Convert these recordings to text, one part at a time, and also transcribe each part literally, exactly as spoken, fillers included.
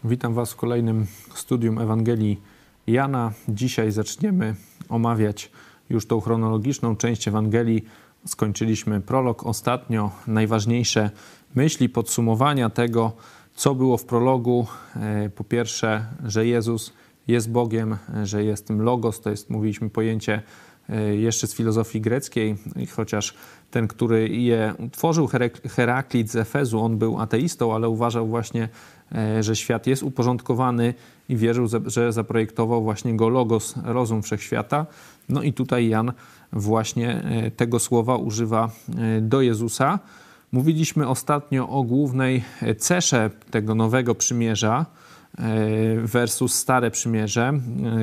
Witam Was w kolejnym studium Ewangelii Jana. Dzisiaj zaczniemy omawiać już tą chronologiczną część Ewangelii. Skończyliśmy prolog ostatnio, najważniejsze myśli, podsumowania tego, co było w prologu. Po pierwsze, że Jezus jest Bogiem, że jest tym Logos, to jest, mówiliśmy, pojęcie jeszcze z filozofii greckiej, chociaż ten, który je utworzył, Heraklit z Efezu, on był ateistą, ale uważał właśnie, że świat jest uporządkowany i wierzył, że zaprojektował właśnie go Logos, rozum wszechświata. No i tutaj Jan właśnie tego słowa używa do Jezusa. Mówiliśmy ostatnio o głównej cesze tego nowego przymierza versus stare przymierze.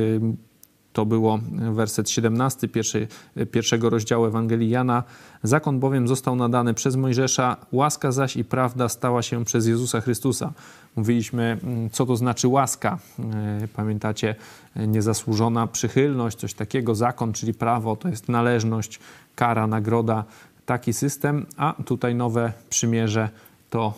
To było werset siedemnasty pierwszy, pierwszego rozdziału Ewangelii Jana. Zakon bowiem został nadany przez Mojżesza, łaska zaś i prawda stała się przez Jezusa Chrystusa. Mówiliśmy, co to znaczy łaska. Pamiętacie, niezasłużona przychylność, coś takiego. Zakon, czyli prawo, to jest należność, kara, nagroda, taki system. A tutaj nowe przymierze to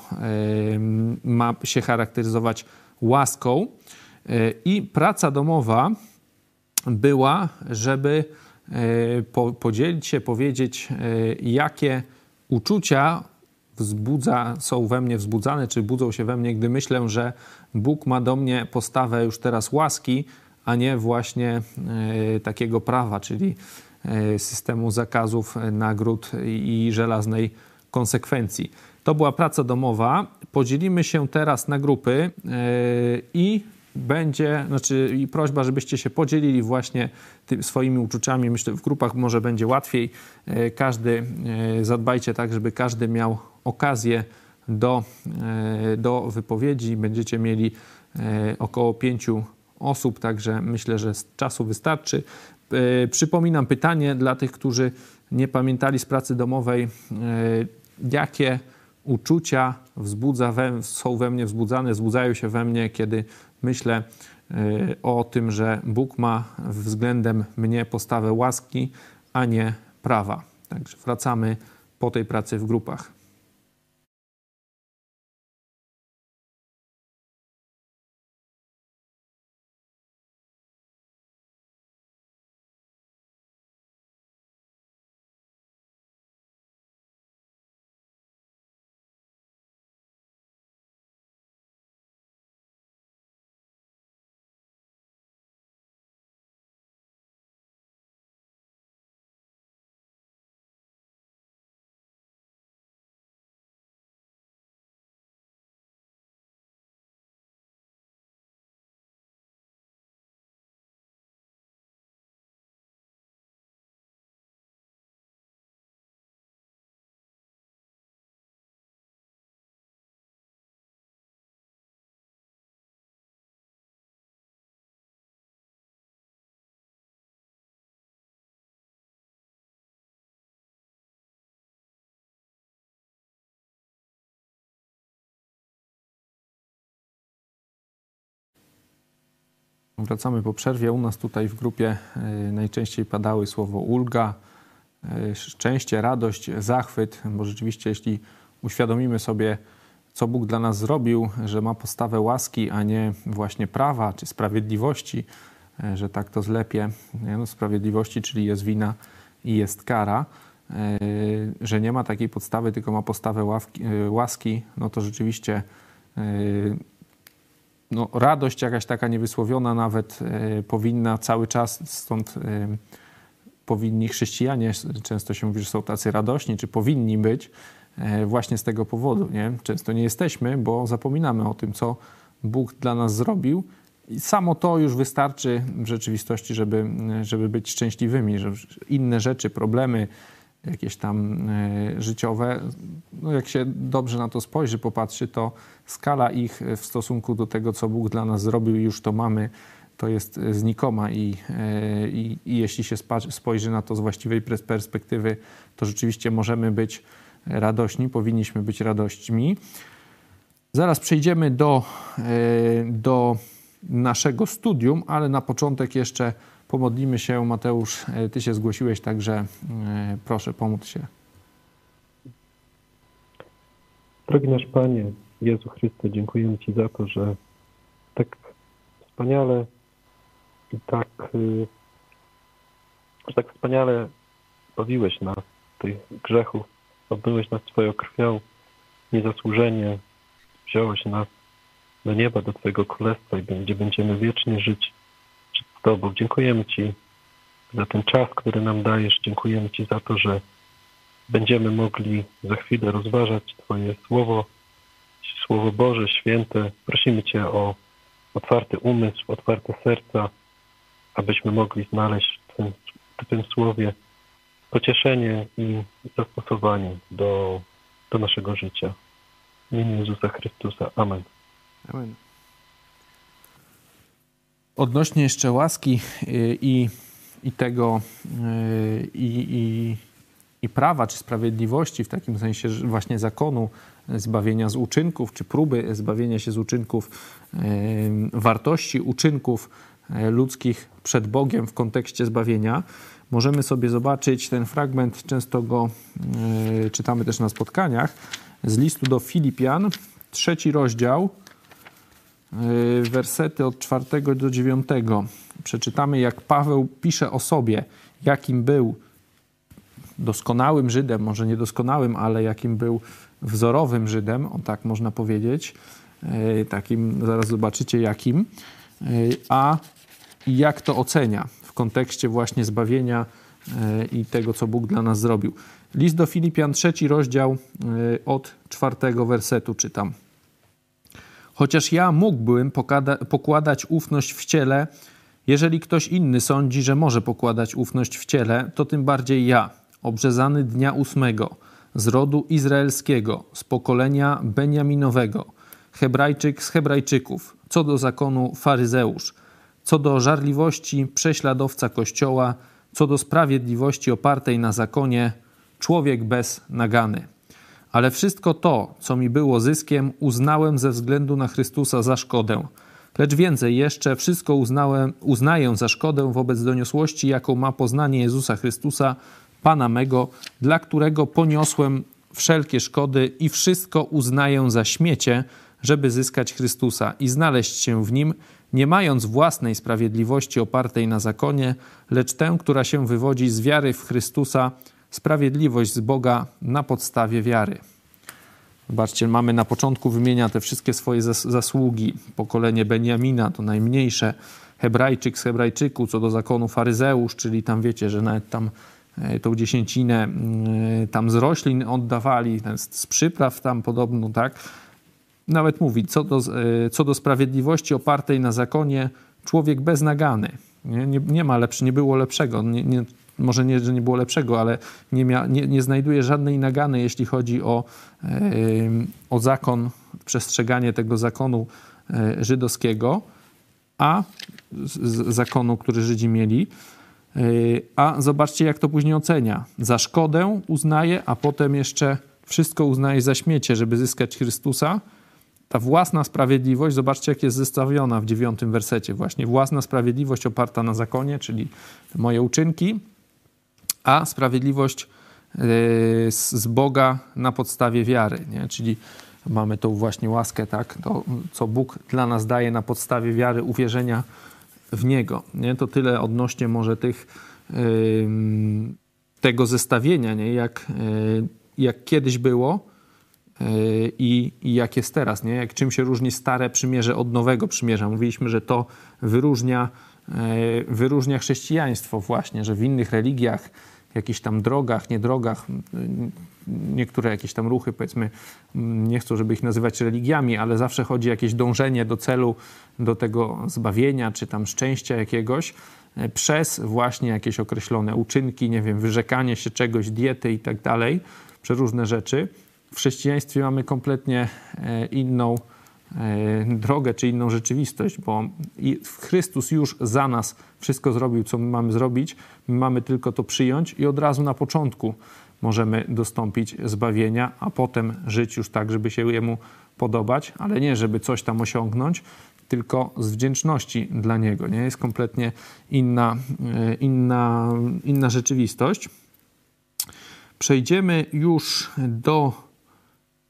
ma się charakteryzować łaską. I praca domowa była, żeby po, podzielić się, powiedzieć, jakie uczucia wzbudza, są we mnie wzbudzane, czy budzą się we mnie, gdy myślę, że Bóg ma do mnie postawę już teraz łaski, a nie właśnie takiego prawa, czyli systemu zakazów, nagród i żelaznej konsekwencji. To była praca domowa. Podzielimy się teraz na grupy i będzie, znaczy i prośba, żebyście się podzielili właśnie tymi swoimi uczuciami. Myślę, w grupach może będzie łatwiej. Każdy, zadbajcie tak, żeby każdy miał okazję do, do wypowiedzi. Będziecie mieli około pięciu osób, także myślę, że z czasu wystarczy. Przypominam pytanie dla tych, którzy nie pamiętali z pracy domowej, jakie uczucia wzbudza we, są we mnie wzbudzane, wzbudzają się we mnie, kiedy myślę o tym, że Bóg ma względem mnie postawę łaski, a nie prawa. Także wracamy po tej pracy w grupach. Wracamy po przerwie. U nas tutaj w grupie najczęściej padały słowo ulga, szczęście, radość, zachwyt, bo rzeczywiście jeśli uświadomimy sobie, co Bóg dla nas zrobił, że ma postawę łaski, a nie właśnie prawa czy sprawiedliwości, że tak to zlepię, no, sprawiedliwości, czyli jest wina i jest kara, że nie ma takiej podstawy, tylko ma postawę ławki, łaski, no to rzeczywiście no, radość jakaś taka niewysłowiona nawet y, powinna cały czas, stąd y, powinni chrześcijanie, często się mówi, że są tacy radośni, czy powinni być y, właśnie z tego powodu. Nie? Często nie jesteśmy, bo zapominamy o tym, co Bóg dla nas zrobił i samo to już wystarczy w rzeczywistości, żeby, żeby być szczęśliwymi, że inne rzeczy, problemy jakieś tam y, życiowe, no jak się dobrze na to spojrzy, popatrzy, to skala ich w stosunku do tego, co Bóg dla nas zrobił i już to mamy, to jest znikoma i, y, i, i jeśli się spojrzy na to z właściwej perspektywy, to rzeczywiście możemy być radośni, powinniśmy być radośćmi. Zaraz przejdziemy do, y, do naszego studium, ale na początek jeszcze pomodlimy się. Mateusz, Ty się zgłosiłeś, także proszę, pomódl się. Drogi nasz Panie, Jezu Chryste, dziękujemy Ci za to, że wspaniale i tak, yy, że tak wspaniale zbawiłeś nas z tych grzechów, obmyłeś nas swoją krwią, niezasłużenie wziąłeś nas do nieba, do Twojego Królestwa, gdzie będziemy wiecznie żyć przed Tobą. Dziękujemy Ci za ten czas, który nam dajesz. Dziękujemy Ci za to, że będziemy mogli za chwilę rozważać Twoje Słowo, Słowo Boże, święte. Prosimy Cię o otwarty umysł, otwarte serca, abyśmy mogli znaleźć w tym, w tym Słowie pocieszenie i zastosowanie do, do naszego życia. W imieniu Jezusa Chrystusa. Amen. Amen. Odnośnie jeszcze łaski i, i tego i, i, i prawa, czy sprawiedliwości, w takim sensie właśnie zakonu zbawienia z uczynków, czy próby zbawienia się z uczynków, wartości uczynków ludzkich przed Bogiem w kontekście zbawienia, możemy sobie zobaczyć ten fragment, często go czytamy też na spotkaniach, z listu do Filipian, trzeci rozdział, wersety od czwartego do dziewiątego. Przeczytamy, jak Paweł pisze o sobie, jakim był doskonałym Żydem, może niedoskonałym, ale jakim był wzorowym Żydem, o tak można powiedzieć, takim, zaraz zobaczycie jakim, a jak to ocenia w kontekście właśnie zbawienia i tego, co Bóg dla nas zrobił. List do Filipian, trzeci rozdział, od czwartego wersetu czytam. Chociaż ja mógłbym pokładać ufność w ciele, jeżeli ktoś inny sądzi, że może pokładać ufność w ciele, to tym bardziej ja, obrzezany dnia ósmego, z rodu izraelskiego, z pokolenia Beniaminowego, Hebrajczyk z Hebrajczyków, co do zakonu faryzeusz, co do żarliwości prześladowca Kościoła, co do sprawiedliwości opartej na zakonie, człowiek bez nagany. Ale wszystko to, co mi było zyskiem, uznałem ze względu na Chrystusa za szkodę. Lecz więcej jeszcze, wszystko uznałem, uznaję za szkodę wobec doniosłości, jaką ma poznanie Jezusa Chrystusa, Pana mego, dla którego poniosłem wszelkie szkody i wszystko uznaję za śmiecie, żeby zyskać Chrystusa i znaleźć się w Nim, nie mając własnej sprawiedliwości opartej na zakonie, lecz tę, która się wywodzi z wiary w Chrystusa, sprawiedliwość z Boga na podstawie wiary. Zobaczcie, mamy na początku wymienia te wszystkie swoje zasługi. Pokolenie Beniamina to najmniejsze. Hebrajczyk z Hebrajczyku, co do zakonu faryzeusz, czyli tam wiecie, że nawet tam tą dziesięcinę tam z roślin oddawali, z przypraw tam podobno, tak? Nawet mówi, co do, co do sprawiedliwości opartej na zakonie, człowiek beznagany. Nie, nie, nie ma lepszy, nie było lepszego. Nie, nie, może nie, że nie było lepszego, ale nie, mia, nie, nie znajduje żadnej nagany, jeśli chodzi o, yy, o zakon, przestrzeganie tego zakonu yy, żydowskiego, a z, zakonu, który Żydzi mieli. Yy, a zobaczcie, jak to później ocenia. Za szkodę uznaje, a potem jeszcze wszystko uznaje za śmiecie, żeby zyskać Chrystusa. Ta własna sprawiedliwość, zobaczcie, jak jest zestawiona w dziewiątym wersecie. Właśnie własna sprawiedliwość oparta na zakonie, czyli moje uczynki, a sprawiedliwość z Boga na podstawie wiary, nie? Czyli mamy tą właśnie łaskę, tak? To, co Bóg dla nas daje na podstawie wiary, uwierzenia w Niego. Nie? To tyle odnośnie może tych, yy, tego zestawienia, nie? Jak, yy, jak kiedyś było, I, i jak jest teraz, nie? Jak czym się różni stare przymierze od nowego przymierza. Mówiliśmy, że to wyróżnia, wyróżnia chrześcijaństwo właśnie, że w innych religiach, jakichś tam drogach, nie drogach, niektóre jakieś tam ruchy, powiedzmy, nie chcę, żeby ich nazywać religiami, ale zawsze chodzi o jakieś dążenie do celu, do tego zbawienia, czy tam szczęścia jakiegoś, przez właśnie jakieś określone uczynki, nie wiem, wyrzekanie się czegoś, diety i tak dalej, przeróżne rzeczy. W chrześcijaństwie mamy kompletnie inną drogę, czy inną rzeczywistość, bo Chrystus już za nas wszystko zrobił, co my mamy zrobić. My mamy tylko to przyjąć i od razu na początku możemy dostąpić zbawienia, a potem żyć już tak, żeby się Jemu podobać, ale nie, żeby coś tam osiągnąć, tylko z wdzięczności dla Niego. Nie? Jest kompletnie inna, inna, inna rzeczywistość. Przejdziemy już do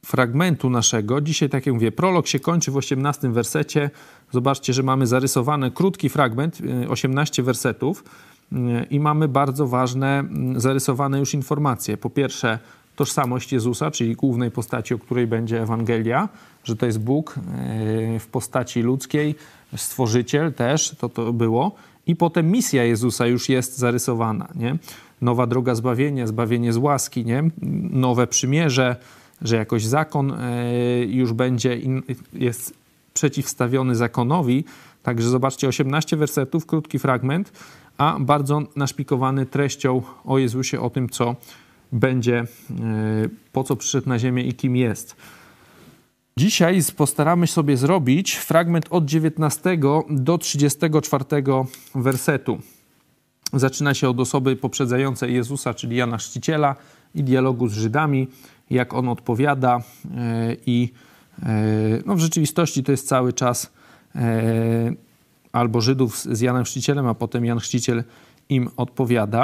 fragmentu naszego. Dzisiaj, tak jak mówię, prolog się kończy w osiemnastym wersecie. Zobaczcie, że mamy zarysowany krótki fragment, osiemnaście wersetów i mamy bardzo ważne, zarysowane już informacje. Po pierwsze, tożsamość Jezusa, czyli głównej postaci, o której będzie Ewangelia, że to jest Bóg w postaci ludzkiej, Stworzyciel też, to to było. I potem misja Jezusa już jest zarysowana, nie? Nowa droga zbawienia, zbawienie z łaski, nie? Nowe przymierze, że jakoś zakon już będzie, jest przeciwstawiony zakonowi. Także zobaczcie, osiemnaście wersetów, krótki fragment, a bardzo naszpikowany treścią o Jezusie, o tym, co będzie, po co przyszedł na ziemię i kim jest. Dzisiaj postaramy sobie zrobić fragment od dziewiętnastego do trzydziestego czwartego wersetu. Zaczyna się od osoby poprzedzającej Jezusa, czyli Jana Chrzciciela i dialogu z Żydami, jak on odpowiada i no w rzeczywistości to jest cały czas albo Żydów z Janem Chrzcicielem, a potem Jan Chrzciciel im odpowiada.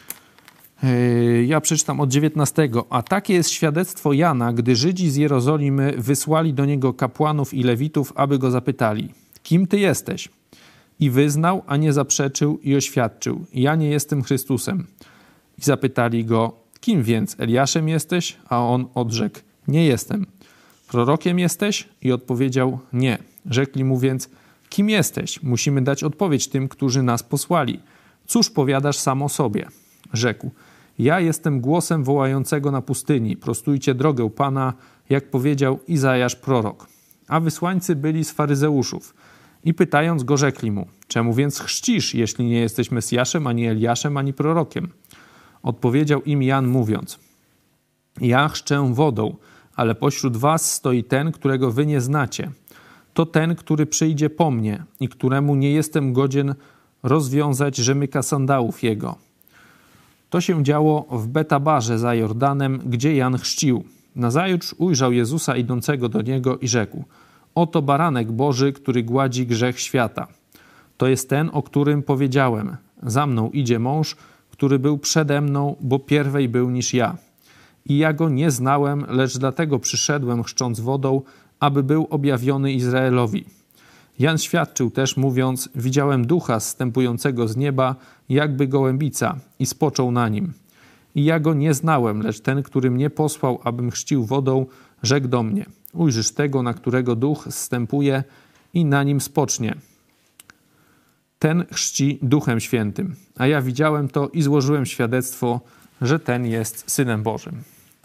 Ja przeczytam od dziewiętnastego. A takie jest świadectwo Jana, gdy Żydzi z Jerozolimy wysłali do niego kapłanów i lewitów, aby go zapytali: kim ty jesteś? I wyznał, a nie zaprzeczył i oświadczył: ja nie jestem Chrystusem. I zapytali go: kim więc? Eliaszem jesteś? A on odrzekł: nie jestem. Prorokiem jesteś? I odpowiedział: nie. Rzekli mu więc: kim jesteś? Musimy dać odpowiedź tym, którzy nas posłali. Cóż powiadasz sam o sobie? Rzekł: ja jestem głosem wołającego na pustyni. Prostujcie drogę Pana, jak powiedział Izajasz prorok. A wysłańcy byli z faryzeuszów. I pytając go, rzekli mu: czemu więc chrzcisz, jeśli nie jesteś Mesjaszem, ani Eliaszem, ani prorokiem? Odpowiedział im Jan, mówiąc: ja chrzczę wodą, ale pośród was stoi ten, którego wy nie znacie. To ten, który przyjdzie po mnie i któremu nie jestem godzien rozwiązać rzemyka sandałów jego. To się działo w Betabarze za Jordanem, gdzie Jan chrzcił. Nazajutrz ujrzał Jezusa idącego do niego i rzekł: oto baranek Boży, który gładzi grzech świata. To jest ten, o którym powiedziałem: za mną idzie mąż, który był przede mną, bo pierwej był niż ja. I ja go nie znałem, lecz dlatego przyszedłem chrzcząc wodą, aby był objawiony Izraelowi. Jan świadczył też, mówiąc: widziałem ducha zstępującego z nieba, jakby gołębica, i spoczął na nim. I ja go nie znałem, lecz ten, który mnie posłał, abym chrzcił wodą, rzekł do mnie: ujrzysz tego, na którego duch zstępuje i na nim spocznie. Ten chrzci Duchem Świętym. A ja widziałem to i złożyłem świadectwo, że ten jest Synem Bożym.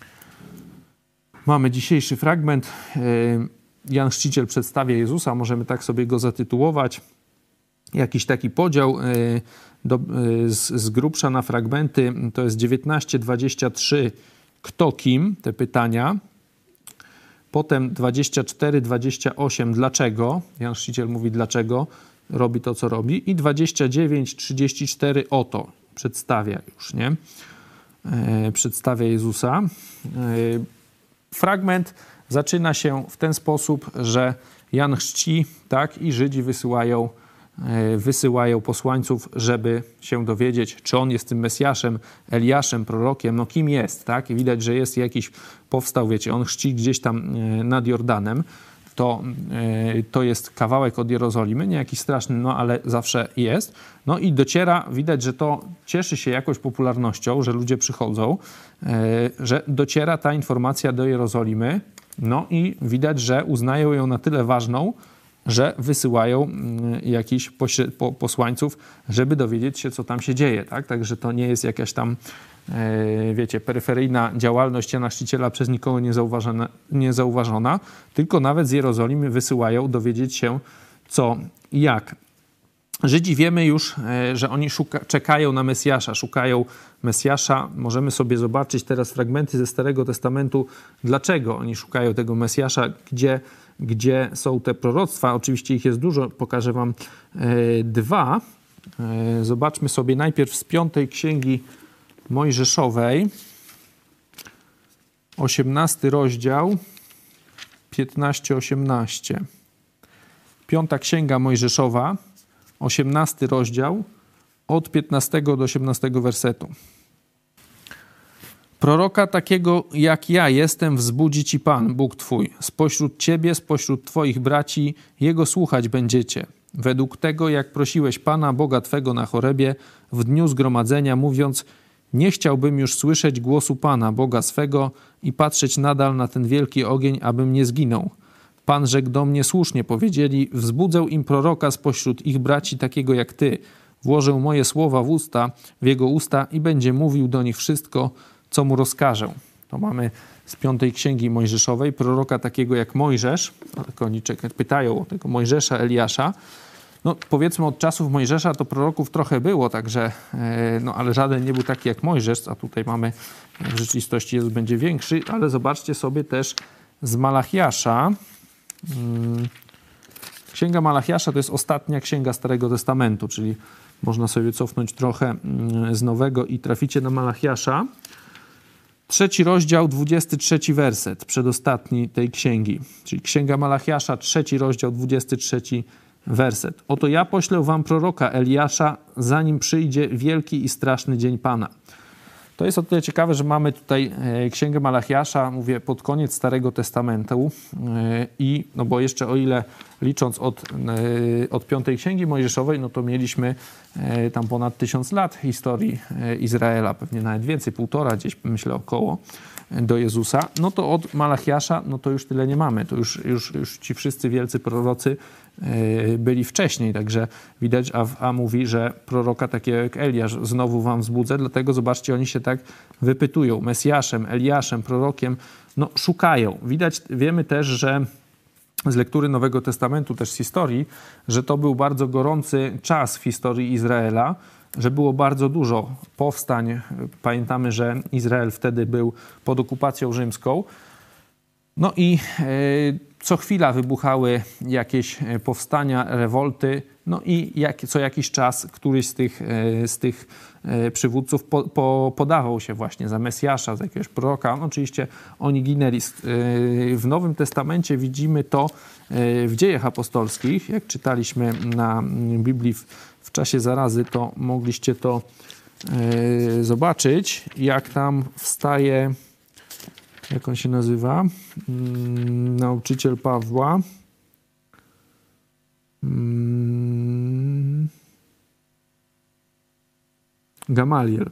Mamy dzisiejszy fragment. Jan Chrzciciel przedstawia Jezusa, możemy tak sobie go zatytułować. Jakiś taki podział do, z, z grubsza na fragmenty, to jest dziewiętnaście dwadzieścia trzy, kto kim, te pytania. Potem dwadzieścia cztery dwadzieścia osiem, dlaczego. Jan Chrzciciel mówi, dlaczego robi to, co robi. I dwadzieścia dziewięć trzydzieści cztery, oto, przedstawia już, nie? E, przedstawia Jezusa. E, fragment zaczyna się w ten sposób, że Jan chrzci, tak, i Żydzi wysyłają, wysyłają posłańców, żeby się dowiedzieć, czy on jest tym Mesjaszem, Eliaszem, prorokiem, no kim jest, tak? I widać, że jest jakiś, powstał, wiecie, on chrzci gdzieś tam nad Jordanem, to, to jest kawałek od Jerozolimy, nie jakiś straszny, no ale zawsze jest. No i dociera, widać, że to cieszy się jakąś popularnością, że ludzie przychodzą, że dociera ta informacja do Jerozolimy, no i widać, że uznają ją na tyle ważną, że wysyłają jakichś posłańców, żeby dowiedzieć się, co tam się dzieje, tak? Także to nie jest jakaś tam, wiecie, peryferyjna działalność Jana Chrzciciela przez nikogo niezauważona, niezauważona, tylko nawet z Jerozolimy wysyłają dowiedzieć się, co i jak. Żydzi wiemy już, że oni szuka, czekają na Mesjasza, szukają Mesjasza. Możemy sobie zobaczyć teraz fragmenty ze Starego Testamentu, dlaczego oni szukają tego Mesjasza, gdzie, gdzie są te proroctwa. Oczywiście ich jest dużo, pokażę wam e, dwa. E, zobaczmy sobie najpierw z piątej Księgi Mojżeszowej, osiemnasty rozdział, piętnaście osiemnaście. Piąta Księga Mojżeszowa, osiemnasty rozdział, od piętnastego do osiemnastego wersetu. Proroka takiego jak ja jestem wzbudzi ci Pan, Bóg twój. Spośród ciebie, spośród twoich braci, jego słuchać będziecie. Według tego, jak prosiłeś Pana, Boga twego na Chorebie, w dniu zgromadzenia, mówiąc: nie chciałbym już słyszeć głosu Pana, Boga swego, i patrzeć nadal na ten wielki ogień, abym nie zginął. Pan rzekł do mnie: słusznie powiedzieli, wzbudzę im proroka spośród ich braci takiego jak ty. Włożę moje słowa w usta, w jego usta i będzie mówił do nich wszystko, co mu rozkażę. To mamy z piątej księgi Mojżeszowej, proroka takiego jak Mojżesz. Tak oni pytają o tego Mojżesza, Eliasza. No, powiedzmy, od czasów Mojżesza to proroków trochę było, także, no, ale żaden nie był taki jak Mojżesz, a tutaj mamy, w rzeczywistości Jezus będzie większy, ale zobaczcie sobie też z Malachiasza. Księga Malachiasza to jest ostatnia księga Starego Testamentu, czyli można sobie cofnąć trochę z Nowego i traficie na Malachiasza. Trzeci rozdział, dwudziesty trzeci werset, przedostatni tej księgi. Czyli Księga Malachiasza, trzeci rozdział, dwudziesty trzeci werset. Oto ja poślę wam proroka Eliasza, zanim przyjdzie wielki i straszny dzień Pana. To jest o tyle ciekawe, że mamy tutaj Księgę Malachiasza, mówię, pod koniec Starego Testamentu i, no bo jeszcze o ile licząc od, od piątej Księgi Mojżeszowej, no to mieliśmy tam ponad tysiąc lat historii Izraela, pewnie nawet więcej, półtora gdzieś, myślę, około, do Jezusa. No to od Malachiasza, no to już tyle nie mamy. To już, już, już ci wszyscy wielcy prorocy byli wcześniej, także widać, a, a mówi, że proroka takiego jak Eliasz znowu wam wzbudzę, dlatego zobaczcie, oni się tak wypytują. Mesjaszem, Eliaszem, prorokiem, no szukają. Widać, wiemy też, że z lektury Nowego Testamentu, też z historii, że to był bardzo gorący czas w historii Izraela, że było bardzo dużo powstań. Pamiętamy, że Izrael wtedy był pod okupacją rzymską. No i e, co chwila wybuchały jakieś powstania, rewolty, no i jak, co jakiś czas któryś z tych, e, z tych e, przywódców po, po, podawał się właśnie za Mesjasza, za jakiegoś proroka. No, oczywiście oni ginęli. E, w Nowym Testamencie widzimy to e, w Dziejach Apostolskich. Jak czytaliśmy na Biblii w, w czasie zarazy, to mogliście to e, zobaczyć, jak tam wstaje... Jak on się nazywa? Hmm, nauczyciel Pawła. Hmm, Gamaliel.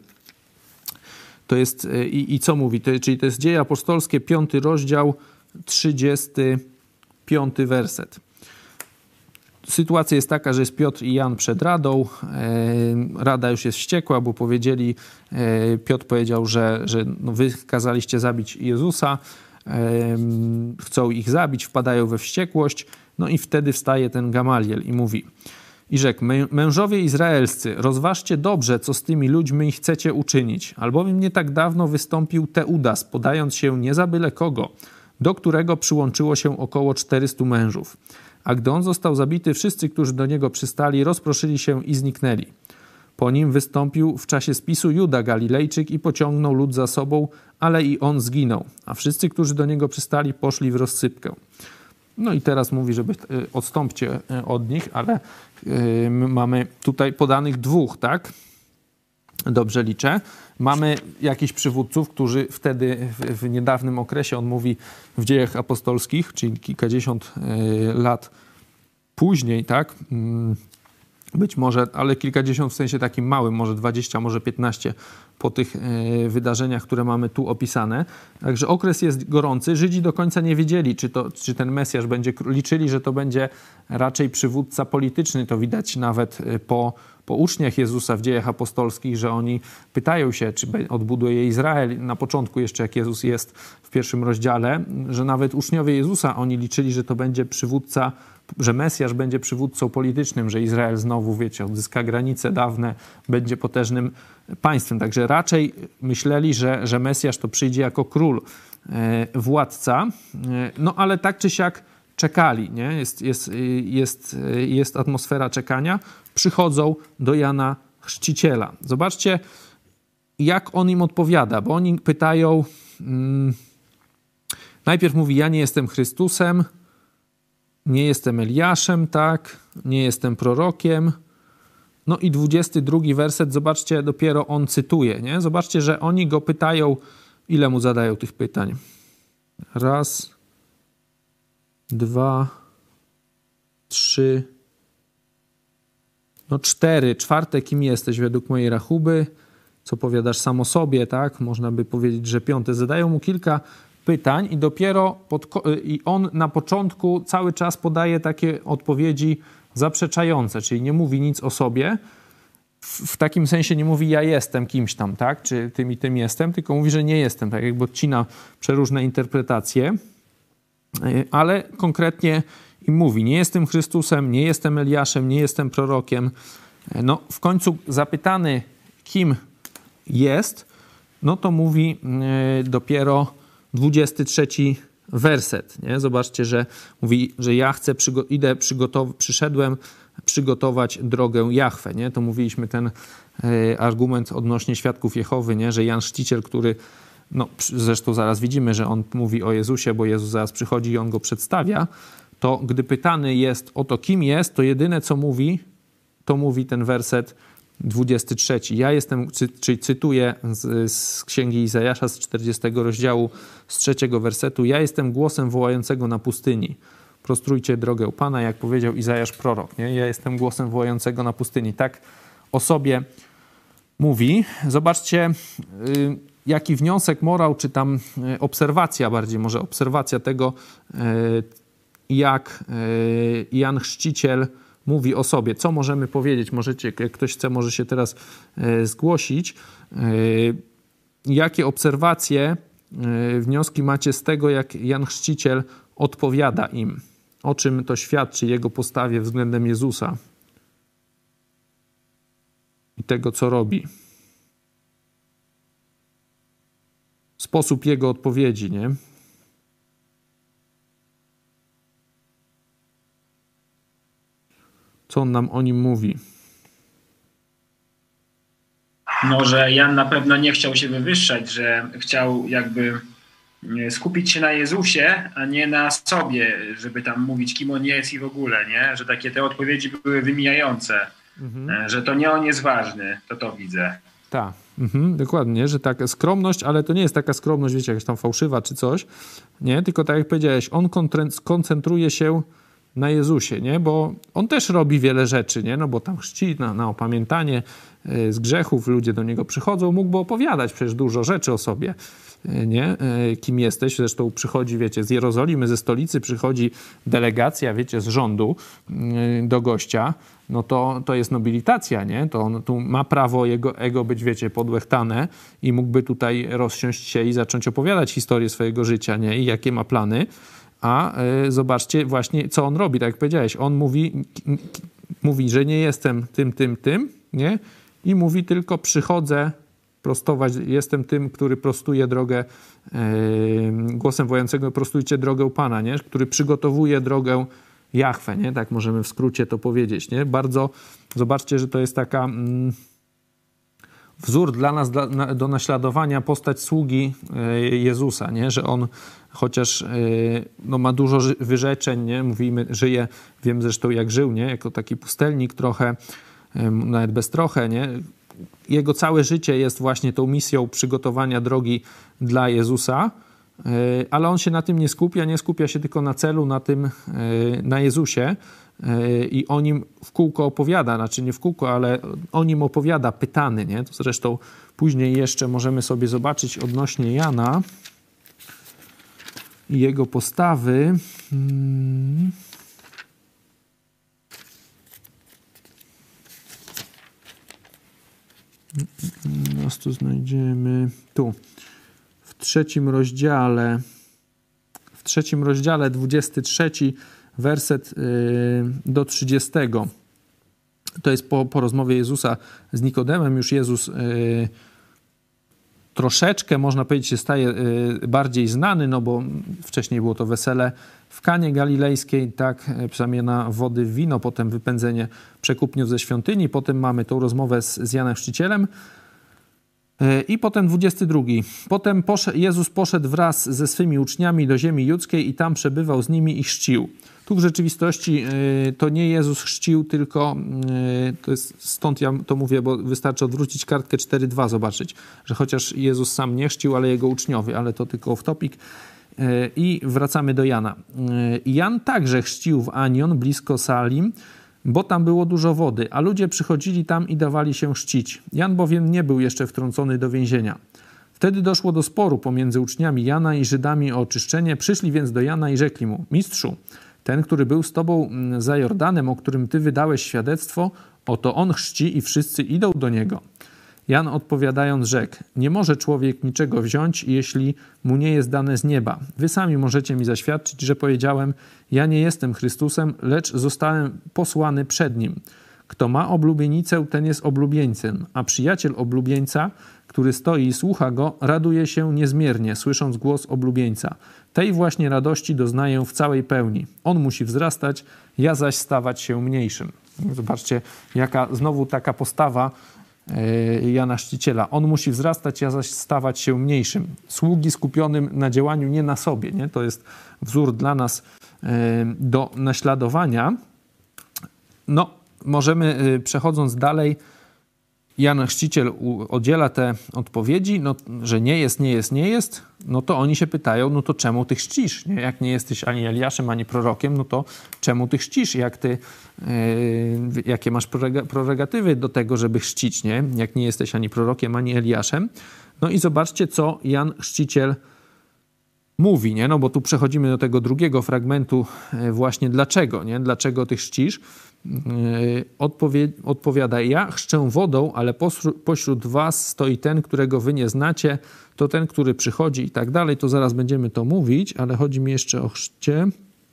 To jest, i, i co mówi? To, czyli to jest Dzieje Apostolskie, piąty rozdział, trzydziesty piąty werset. Sytuacja jest taka, że jest Piotr i Jan przed Radą. Rada już jest wściekła, bo powiedzieli, Piotr powiedział, że, że no wy kazaliście zabić Jezusa, chcą ich zabić, wpadają we wściekłość. No i wtedy wstaje ten Gamaliel i mówi: i rzekł: mężowie izraelscy, rozważcie dobrze, co z tymi ludźmi chcecie uczynić, albowiem nie tak dawno wystąpił Teudas, podając się nie za byle kogo, do którego przyłączyło się około czterystu mężów. A gdy on został zabity, wszyscy, którzy do niego przystali, rozproszyli się i zniknęli. Po nim wystąpił w czasie spisu Juda Galilejczyk i pociągnął lud za sobą, ale i on zginął. A wszyscy, którzy do niego przystali, poszli w rozsypkę. No i teraz mówi, żeby odstąpcie od nich, ale my mamy tutaj podanych dwóch, tak? Dobrze liczę. Mamy jakichś przywódców, którzy wtedy w, w niedawnym okresie, on mówi w Dziejach Apostolskich, czyli kilkadziesiąt y, lat później, tak? Być może, ale kilkadziesiąt w sensie takim małym, może dwadzieścia, może piętnaście po tych y, wydarzeniach, które mamy tu opisane. Także okres jest gorący. Żydzi do końca nie wiedzieli, czy, to, czy ten Mesjasz będzie, liczyli, że to będzie raczej przywódca polityczny. To widać nawet po po uczniach Jezusa w Dziejach Apostolskich, że oni pytają się, czy odbuduje Izrael. Na początku jeszcze, jak Jezus jest w pierwszym rozdziale, że nawet uczniowie Jezusa, oni liczyli, że to będzie przywódca, że Mesjasz będzie przywódcą politycznym, że Izrael znowu, wiecie, odzyska granice dawne, będzie potężnym państwem. Także raczej myśleli, że, że Mesjasz to przyjdzie jako król, e, władca. E, no ale tak czy siak czekali, nie? Jest, jest, jest, jest atmosfera czekania. Przychodzą do Jana Chrzciciela. Zobaczcie, jak on im odpowiada, bo oni pytają, hmm, najpierw mówi: ja nie jestem Chrystusem, nie jestem Eliaszem, tak, nie jestem prorokiem. No i dwudziesty drugi werset, zobaczcie, dopiero on cytuje, nie? Zobaczcie, że oni go pytają, Ile mu zadają tych pytań? Raz, dwa, trzy, no cztery. Czwarte, kim jesteś według mojej rachuby? Co powiadasz sam o sobie, tak? Można by powiedzieć, że piąte. Zadają mu kilka pytań i dopiero pod, i on na początku cały czas podaje takie odpowiedzi zaprzeczające, czyli nie mówi nic o sobie. W, w takim sensie nie mówi ja jestem kimś tam, tak? Czy tym i tym jestem, tylko mówi, że nie jestem, tak jakby odcina przeróżne interpretacje, ale konkretnie im mówi, nie jestem Chrystusem, nie jestem Eliaszem, nie jestem prorokiem. No w końcu zapytany, kim jest, no to mówi dopiero dwudziesty trzeci werset. Nie? Zobaczcie, że mówi, że ja chcę, przygo- idę, przygotow- przyszedłem przygotować drogę Jahwe. Nie? To mówiliśmy ten y, argument odnośnie świadków Jehowy, nie? Że Jan Chrzciciel, który, no zresztą zaraz widzimy, że on mówi o Jezusie, bo Jezus zaraz przychodzi i on go przedstawia, to gdy pytany jest o to, kim jest, to jedyne co mówi, to mówi ten werset dwudziesty trzeci. Ja jestem, cy, czyli cytuję z, z Księgi Izajasza z czterdziestego rozdziału, z trzeciego wersetu. Ja jestem głosem wołającego na pustyni. Prostrujcie drogę Pana, jak powiedział Izajasz prorok. Nie? Ja jestem głosem wołającego na pustyni. Tak o sobie mówi. Zobaczcie, y, jaki wniosek, morał, czy tam y, obserwacja bardziej, może obserwacja tego, y, jak y, Jan Chrzciciel mówi o sobie. Co możemy powiedzieć? Możecie, jak ktoś chce, może się teraz y, zgłosić. Y, jakie obserwacje, y, wnioski macie z tego, jak Jan Chrzciciel odpowiada im? O czym to świadczy jego postawie względem Jezusa i tego, co robi. Sposób jego odpowiedzi, nie? Co on nam o nim mówi? No, że Jan na pewno nie chciał się wywyższać, że chciał jakby skupić się na Jezusie, a nie na sobie, żeby tam mówić, kim on jest i w ogóle, nie? Że takie te odpowiedzi były wymijające, mhm. że to nie on jest ważny, to to widzę. Tak, mhm, dokładnie, że taka skromność, ale to nie jest taka skromność, wiecie, jakaś tam fałszywa czy coś, nie? Tylko tak jak powiedziałeś, on koncentruje się na Jezusie, nie? Bo on też robi wiele rzeczy, nie? No bo tam chrzci na, na opamiętanie y, z grzechów, ludzie do niego przychodzą, mógłby opowiadać przecież dużo rzeczy o sobie, y, nie? Y, kim jesteś, zresztą przychodzi, wiecie, z Jerozolimy, ze stolicy przychodzi delegacja, wiecie, z rządu y, do gościa, no to, to jest nobilitacja, nie? To on tu ma prawo jego ego być, wiecie, podłechtane i mógłby tutaj rozsiąść się i zacząć opowiadać historię swojego życia, nie? I jakie ma plany. A y, zobaczcie właśnie, co on robi, tak jak powiedziałeś. On mówi, k- k- mówi, że nie jestem tym, tym, tym, nie? I mówi tylko przychodzę prostować, jestem tym, który prostuje drogę, y, głosem wołającego prostujcie drogę Pana, nie? Który przygotowuje drogę Jahwe, nie? Tak możemy w skrócie to powiedzieć, nie? Bardzo, zobaczcie, że to jest taka... Mm, wzór dla nas dla, na, do naśladowania, postać sługi y, Jezusa, nie? Że on chociaż y, no, ma dużo ży- wyrzeczeń, nie? Mówimy, żyje, wiem zresztą jak żył, nie? Jako taki pustelnik trochę, y, nawet bez trochę, nie? Jego całe życie jest właśnie tą misją przygotowania drogi dla Jezusa, y, ale on się na tym nie skupia, nie skupia się tylko na celu, na tym, y, na Jezusie, i o nim w kółko opowiada, znaczy nie w kółko, ale o nim opowiada pytany, nie? To zresztą później jeszcze możemy sobie zobaczyć odnośnie Jana i jego postawy. Hmm. Nas tu znajdziemy tu w trzecim rozdziale w trzecim rozdziale dwudziesty trzeci werset yy, do trzydziestego. To jest po, po rozmowie Jezusa z Nikodemem. Już Jezus yy, troszeczkę, można powiedzieć, się staje yy, bardziej znany, no bo wcześniej było to wesele w Kanie Galilejskiej, tak, przemiana wody w wino, potem wypędzenie przekupniów ze świątyni, potem mamy tą rozmowę z, z Janem Chrzcicielem. I potem dwudziesty drugi. Potem poszedł, Jezus poszedł wraz ze swymi uczniami do ziemi judzkiej i tam przebywał z nimi i chrzcił. Tu w rzeczywistości to nie Jezus chrzcił, tylko to jest, stąd ja to mówię, bo wystarczy odwrócić kartkę cztery dwa, zobaczyć, że chociaż Jezus sam nie chrzcił, ale jego uczniowie, ale to tylko off-topic. I wracamy do Jana. Jan także chrzcił w Anion, blisko Salim, bo tam było dużo wody, a ludzie przychodzili tam i dawali się chrzcić. Jan bowiem nie był jeszcze wtrącony do więzienia. Wtedy doszło do sporu pomiędzy uczniami Jana i Żydami o oczyszczenie. Przyszli więc do Jana i rzekli mu: Mistrzu, ten, który był z tobą za Jordanem, o którym ty wydałeś świadectwo, oto on chrzci i wszyscy idą do niego. Jan odpowiadając rzekł: Nie może człowiek niczego wziąć, jeśli mu nie jest dane z nieba. Wy sami możecie mi zaświadczyć, że powiedziałem: Ja nie jestem Chrystusem, lecz zostałem posłany przed nim. Kto ma oblubienicę, ten jest oblubieńcem, a przyjaciel oblubieńca, który stoi i słucha go, raduje się niezmiernie, słysząc głos oblubieńca. Tej właśnie radości doznaję w całej pełni. On musi wzrastać, ja zaś stawać się mniejszym. Zobaczcie, jaka znowu taka postawa Jana Chrzciciela. On musi wzrastać, ja zaś stawać się mniejszym. Sługi skupionym na działaniu, nie na sobie. Nie? To jest wzór dla nas do naśladowania. No, możemy, przechodząc dalej, Jan Chrzciciel udziela te odpowiedzi, no, że nie jest, nie jest, nie jest, no to oni się pytają, no to czemu ty chrzcisz? Nie? Jak nie jesteś ani Eliaszem, ani prorokiem, no to czemu ty chrzcisz? Jak ty, yy, jakie masz prerogatywy do tego, żeby chrzcić, nie? Jak nie jesteś ani prorokiem, ani Eliaszem? No i zobaczcie, co Jan Chrzciciel mówi, nie? No bo tu przechodzimy do tego drugiego fragmentu właśnie dlaczego, nie? Dlaczego ty chrzcisz? Odpowie, odpowiada: Ja chrzczę wodą, ale pośród, pośród was stoi ten, którego wy nie znacie, to ten, który przychodzi i tak dalej. To zaraz będziemy to mówić, ale chodzi mi jeszcze o chrzcie.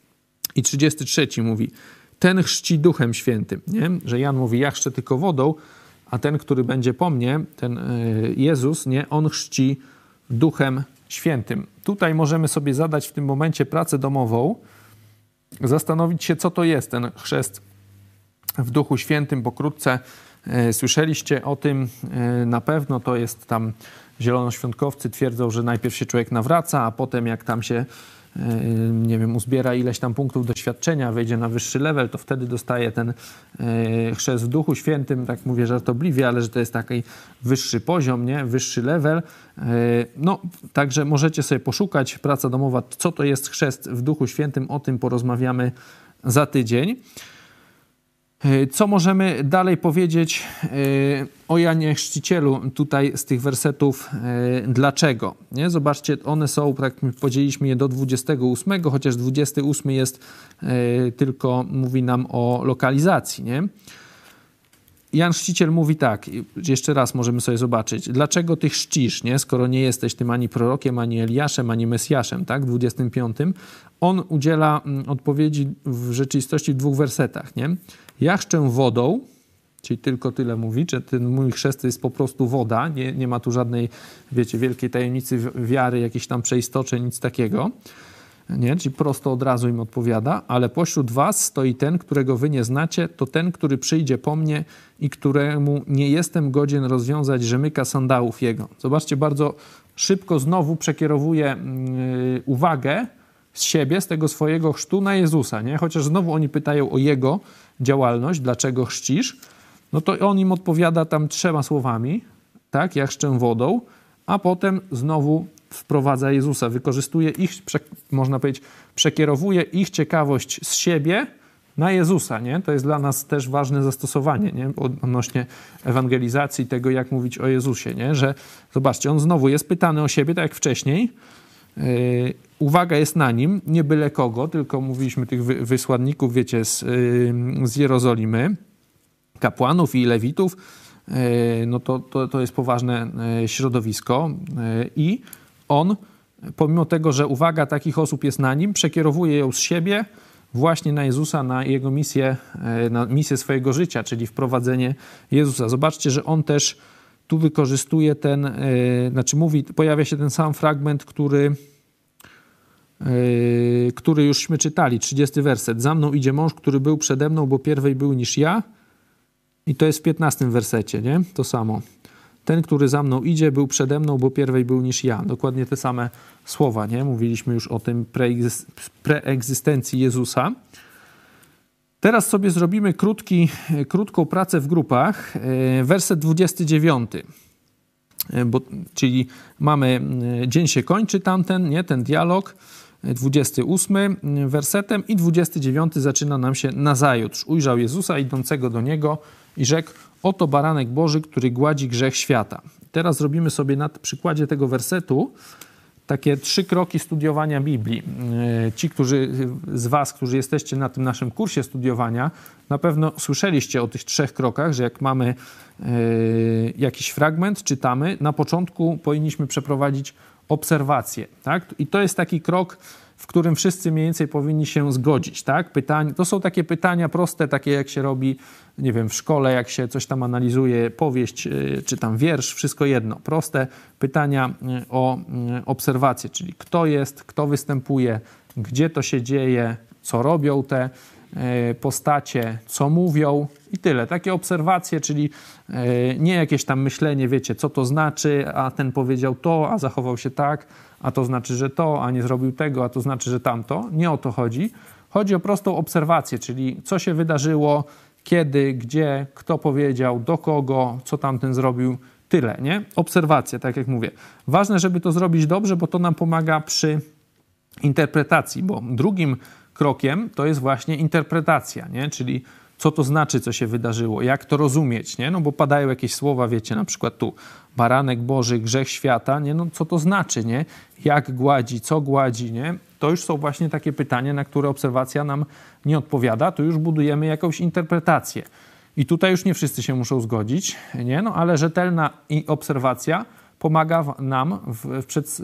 I trzydziesty trzeci mówi: ten chrzci Duchem Świętym, nie? Że Jan mówi: ja chrzczę tylko wodą, a ten, który będzie po mnie, ten Jezus, nie? On chrzci Duchem Świętym. Tutaj możemy sobie zadać w tym momencie pracę domową, zastanowić się, co to jest ten chrzest w Duchu Świętym. Pokrótce e, słyszeliście o tym, e, na pewno to jest tam, zielonoświątkowcy twierdzą, że najpierw się człowiek nawraca, a potem jak tam się, e, nie wiem, uzbiera ileś tam punktów doświadczenia, wejdzie na wyższy level, to wtedy dostaje ten e, chrzest w Duchu Świętym, tak mówię żartobliwie, ale że to jest taki wyższy poziom, nie? Wyższy level. E, no, także możecie sobie poszukać, praca domowa, co to jest chrzest w Duchu Świętym, o tym porozmawiamy za tydzień. Co możemy dalej powiedzieć o Janie Chrzcicielu tutaj z tych wersetów dlaczego? Nie? Zobaczcie, one są, tak podzieliliśmy je do dwudziestego ósmego, chociaż dwudziesty ósmy jest tylko, mówi nam o lokalizacji. Nie? Jan Chrzciciel mówi tak, jeszcze raz możemy sobie zobaczyć, dlaczego ty chrzcisz, nie? Skoro nie jesteś tym ani prorokiem, ani Eliaszem, ani Mesjaszem, tak? W dwudziestym piątym. On udziela odpowiedzi w rzeczywistości w dwóch wersetach, nie? Ja chrzczę wodą, czyli tylko tyle mówi, że ten mój chrzest jest po prostu woda, nie, nie ma tu żadnej, wiecie, wielkiej tajemnicy wiary, jakichś tam przeistoczeń, nic takiego. Nie? Czyli prosto od razu im odpowiada, ale pośród was stoi ten, którego wy nie znacie, to ten, który przyjdzie po mnie i któremu nie jestem godzien rozwiązać rzemyka sandałów jego. Zobaczcie, bardzo szybko znowu przekierowuje yy, uwagę z siebie, z tego swojego chrztu na Jezusa, nie? Chociaż znowu oni pytają o jego działalność, dlaczego chrzcisz, no to on im odpowiada tam trzema słowami, tak, ja chrzczę wodą, a potem znowu wprowadza Jezusa, wykorzystuje ich, można powiedzieć, przekierowuje ich ciekawość z siebie na Jezusa, nie? To jest dla nas też ważne zastosowanie, nie? Odnośnie ewangelizacji, tego, jak mówić o Jezusie, nie? Że zobaczcie, on znowu jest pytany o siebie, tak jak wcześniej. Yy, uwaga jest na nim, nie byle kogo, tylko mówiliśmy tych wy, wysłanników, wiecie, z, yy, z Jerozolimy, kapłanów i lewitów, yy, no to, to, to jest poważne yy, środowisko yy, i on, pomimo tego, że uwaga takich osób jest na nim, przekierowuje ją z siebie właśnie na Jezusa, na jego misję, na misję swojego życia, czyli wprowadzenie Jezusa. Zobaczcie, że on też tu wykorzystuje ten, yy, znaczy mówi, pojawia się ten sam fragment, który, yy, który jużśmy czytali, trzydziesty werset. Za mną idzie mąż, który był przede mną, bo pierwej był niż ja. I to jest w piętnastym wersecie, nie? To samo. ten, który za mną idzie, był przede mną, bo pierwej był niż ja. Dokładnie te same słowa, nie? Mówiliśmy już o tym preegzystencji Jezusa. Teraz sobie zrobimy krótki, krótką pracę w grupach. Werset dwudziesty dziewiąty. Bo, czyli mamy, dzień się kończy tamten, nie? Ten dialog. dwudziesty ósmy wersetem i dwudziesty dziewiąty zaczyna nam się nazajutrz. Ujrzał Jezusa idącego do niego i rzekł: oto baranek Boży, który gładzi grzech świata. Teraz robimy sobie na przykładzie tego wersetu takie trzy kroki studiowania Biblii. Ci, którzy z was, którzy jesteście na tym naszym kursie studiowania, na pewno słyszeliście o tych trzech krokach, że jak mamy jakiś fragment, czytamy, na początku powinniśmy przeprowadzić obserwację, tak? I to jest taki krok, w którym wszyscy mniej więcej powinni się zgodzić, tak? Pytań, to są takie pytania proste, takie jak się robi, nie wiem, w szkole, jak się coś tam analizuje, powieść, czy tam wiersz, wszystko jedno. Proste pytania o obserwację, czyli kto jest, kto występuje, gdzie to się dzieje, co robią te postacie, co mówią i tyle. Takie obserwacje, czyli nie jakieś tam myślenie, wiecie, co to znaczy, a ten powiedział to, a zachował się tak, a to znaczy, że to, a nie zrobił tego, a to znaczy, że tamto. Nie o to chodzi. Chodzi o prostą obserwację, czyli co się wydarzyło, kiedy, gdzie, kto powiedział, do kogo, co tamten zrobił, tyle, nie? Obserwacja, tak jak mówię. Ważne, żeby to zrobić dobrze, bo to nam pomaga przy interpretacji, bo drugim krokiem to jest właśnie interpretacja, nie? Czyli co to znaczy, co się wydarzyło, jak to rozumieć, nie? No bo padają jakieś słowa, wiecie, na przykład tu baranek Boży, grzech świata, nie? No co to znaczy, nie? Jak gładzi, co gładzi, nie? To już są właśnie takie pytania, na które obserwacja nam nie odpowiada, tu już budujemy jakąś interpretację. I tutaj już nie wszyscy się muszą zgodzić, nie? No ale rzetelna obserwacja pomaga nam w, w, przed,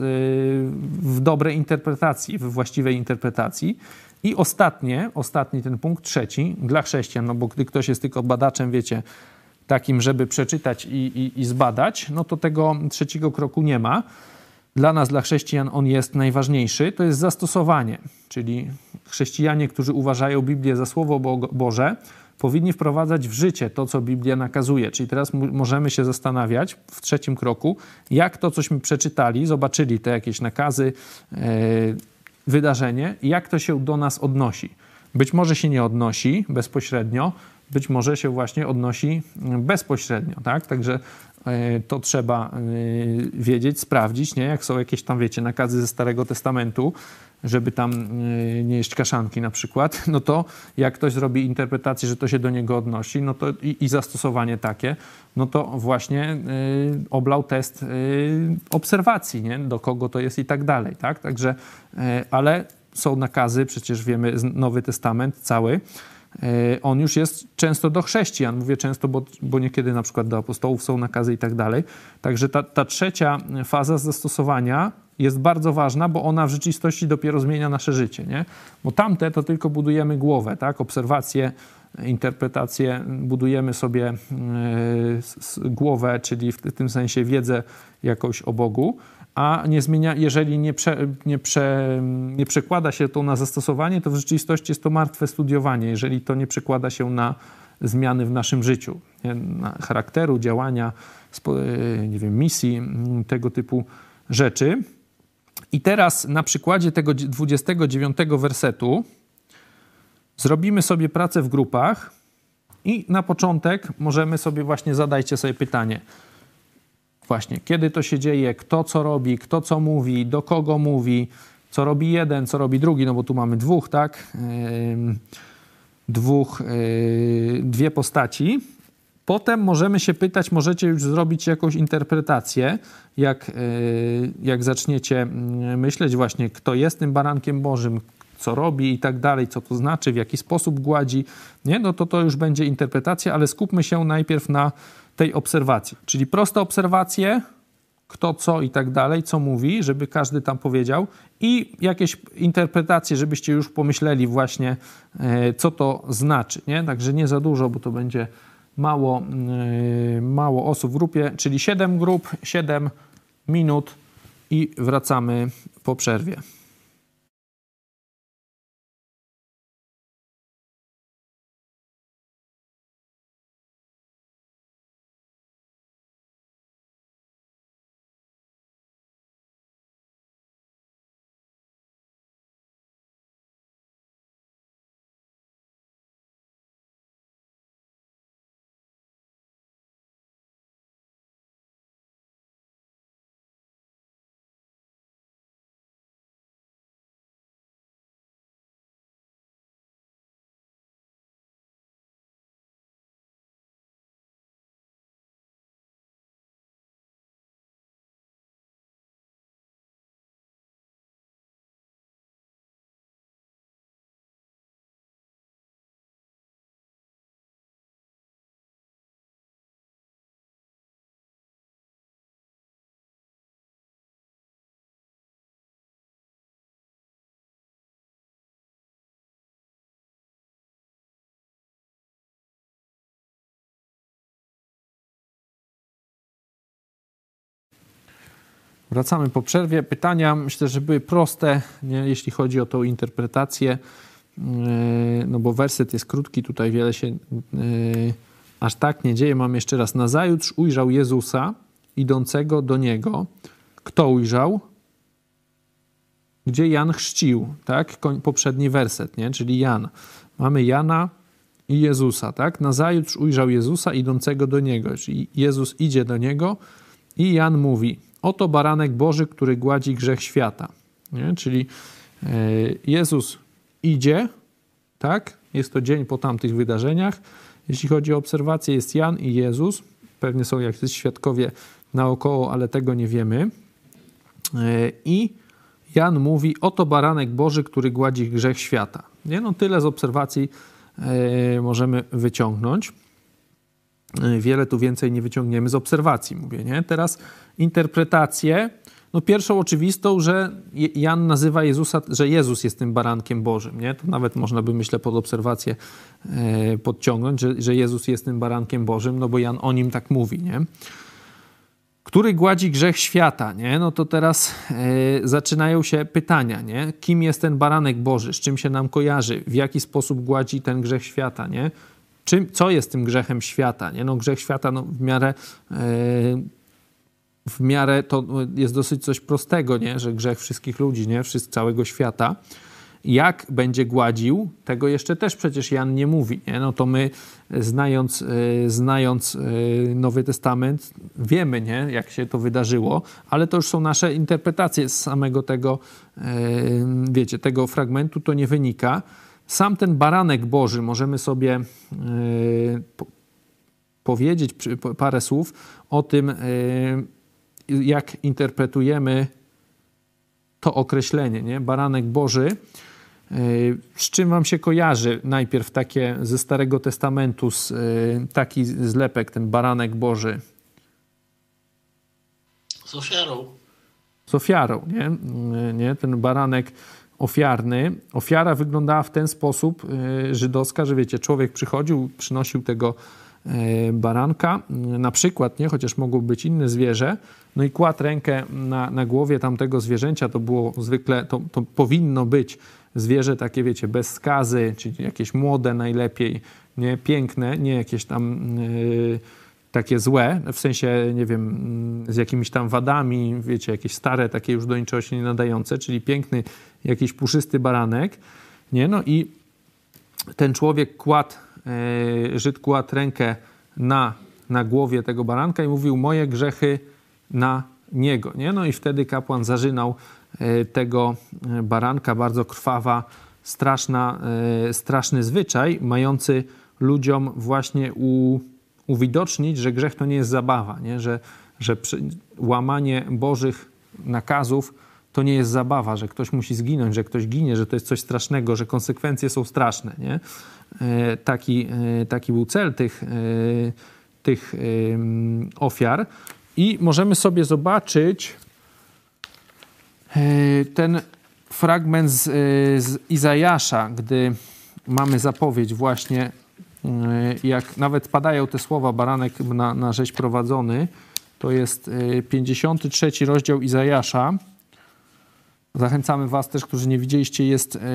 w dobrej interpretacji, w właściwej interpretacji. I ostatnie, ostatni ten punkt, trzeci, dla chrześcijan, no bo gdy ktoś jest tylko badaczem, wiecie, takim, żeby przeczytać i, i, i zbadać, no to tego trzeciego kroku nie ma. Dla nas, dla chrześcijan on jest najważniejszy, to jest zastosowanie, czyli chrześcijanie, którzy uważają Biblię za Słowo Boże, powinni wprowadzać w życie to, co Biblia nakazuje. Czyli teraz możemy się zastanawiać w trzecim kroku, jak to, cośmy przeczytali, zobaczyli te jakieś nakazy, yy, wydarzenie, jak to się do nas odnosi. Być może się nie odnosi bezpośrednio, być może się właśnie odnosi bezpośrednio, tak? Także y, to trzeba y, wiedzieć, sprawdzić, nie? Jak są jakieś tam, wiecie, nakazy ze Starego Testamentu, żeby tam y, nie jeść kaszanki na przykład, no to jak ktoś zrobi interpretację, że to się do niego odnosi, no to i, i zastosowanie takie, no to właśnie y, oblał test y, obserwacji, nie? Do kogo to jest i tak dalej, tak? Także, y, ale są nakazy, przecież wiemy, Nowy Testament cały, on już jest często do chrześcijan. Mówię często, bo, bo niekiedy na przykład do apostołów są nakazy i tak dalej. Także ta, ta trzecia faza zastosowania jest bardzo ważna, bo ona w rzeczywistości dopiero zmienia nasze życie, nie? Bo tamte to tylko budujemy głowę, tak? Obserwacje, interpretacje, budujemy sobie yy, głowę, czyli w tym sensie wiedzę jakąś o Bogu, a nie zmienia, jeżeli nie, prze, nie, prze, nie przekłada się to na zastosowanie, to w rzeczywistości jest to martwe studiowanie, jeżeli to nie przekłada się na zmiany w naszym życiu, nie? Na charakteru, działania, nie wiem, misji, tego typu rzeczy. I teraz na przykładzie tego dwudziestego dziewiątego wersetu zrobimy sobie pracę w grupach i na początek możemy sobie właśnie, zadajcie sobie pytanie, właśnie, kiedy to się dzieje, kto co robi, kto co mówi, do kogo mówi, co robi jeden, co robi drugi, no bo tu mamy dwóch, tak? Yy, dwóch, yy, dwie postaci. Potem możemy się pytać, możecie już zrobić jakąś interpretację, jak, yy, jak zaczniecie myśleć właśnie, kto jest tym barankiem Bożym, co robi i tak dalej, co to znaczy, w jaki sposób gładzi, nie? No to to już będzie interpretacja, ale skupmy się najpierw na tej obserwacji. Czyli proste obserwacje, kto co i tak dalej, co mówi, żeby każdy tam powiedział i jakieś interpretacje, żebyście już pomyśleli właśnie, co to znaczy, nie? Także nie za dużo, bo to będzie mało, mało osób w grupie, czyli siedem grup, siedem minut i wracamy po przerwie. Wracamy po przerwie. Pytania myślę, że były proste, nie? Jeśli chodzi o tą interpretację, no bo werset jest krótki, tutaj wiele się yy, aż tak nie dzieje. Mam jeszcze raz. Nazajutrz ujrzał Jezusa idącego do Niego. Kto ujrzał? Gdzie Jan chrzcił, tak? Poprzedni werset, nie? Czyli Jan. Mamy Jana i Jezusa, tak? Nazajutrz ujrzał Jezusa idącego do Niego. Czyli Jezus idzie do Niego i Jan mówi: oto baranek Boży, który gładzi grzech świata. Nie? Czyli yy, Jezus idzie, tak? Jest to dzień po tamtych wydarzeniach. Jeśli chodzi o obserwację, jest Jan i Jezus. Pewnie są jacyś świadkowie naokoło, ale tego nie wiemy. Yy, I Jan mówi: oto baranek Boży, który gładzi grzech świata. Nie? No tyle z obserwacji yy, możemy wyciągnąć. Yy, wiele tu więcej nie wyciągniemy z obserwacji, mówię, nie? Teraz interpretację. No pierwszą oczywistą, że Jan nazywa Jezusa, że Jezus jest tym barankiem Bożym, nie? To nawet można by, myślę, pod obserwację yy, podciągnąć, że, że Jezus jest tym barankiem Bożym, no bo Jan o nim tak mówi, nie? Który gładzi grzech świata, nie? No to teraz yy, zaczynają się pytania, nie? Kim jest ten baranek Boży? Z czym się nam kojarzy? W jaki sposób gładzi ten grzech świata, nie? Czym, co jest tym grzechem świata, nie? No grzech świata, no w miarę... Yy, w miarę to jest dosyć coś prostego, nie? Że grzech wszystkich ludzi, nie? Wszystk, całego świata. Jak będzie gładził, tego jeszcze też przecież Jan nie mówi, nie? No to my, znając, yy, znając yy, Nowy Testament, wiemy, nie? Jak się to wydarzyło, ale to już są nasze interpretacje z samego tego, yy, wiecie, tego fragmentu, to nie wynika. Sam ten baranek Boży, możemy sobie yy, po, powiedzieć przy, po, parę słów o tym, yy, jak interpretujemy to określenie, nie? Baranek Boży. Z czym wam się kojarzy najpierw takie ze Starego Testamentu z, taki zlepek, ten baranek Boży? Z ofiarą. Z ofiarą, nie? nie? Ten baranek ofiarny. Ofiara wyglądała w ten sposób żydowska, że wiecie, człowiek przychodził, przynosił tego baranka, na przykład, nie, chociaż mogło być inne zwierzę, no i kładł rękę na, na głowie tamtego zwierzęcia, to było zwykle, to, to powinno być zwierzę takie, wiecie, bez skazy, czyli jakieś młode najlepiej, nie, piękne, nie jakieś tam yy, takie złe, w sensie, nie wiem, z jakimiś tam wadami, wiecie, jakieś stare, takie już do niczego się nie nadające, czyli piękny, jakiś puszysty baranek, nie, no i ten człowiek kładł, yy, Żyd kładł rękę na, na głowie tego baranka i mówił: moje grzechy na niego, nie, no i wtedy kapłan zarzynał yy, tego baranka, bardzo krwawa, straszna, yy, straszny zwyczaj, mający ludziom właśnie u uwidocznić, że grzech to nie jest zabawa, nie? Że, że przy, łamanie Bożych nakazów to nie jest zabawa, że ktoś musi zginąć, że ktoś ginie, że to jest coś strasznego, że konsekwencje są straszne, nie? E, taki, e, taki był cel tych, e, tych e, ofiar. I możemy sobie zobaczyć e, ten fragment z, e, z Izajasza, gdy mamy zapowiedź właśnie, jak nawet padają te słowa baranek na, na rzeź prowadzony, to jest pięćdziesiąty trzeci rozdział Izajasza. Zachęcamy was też, którzy nie widzieliście, jest, yy,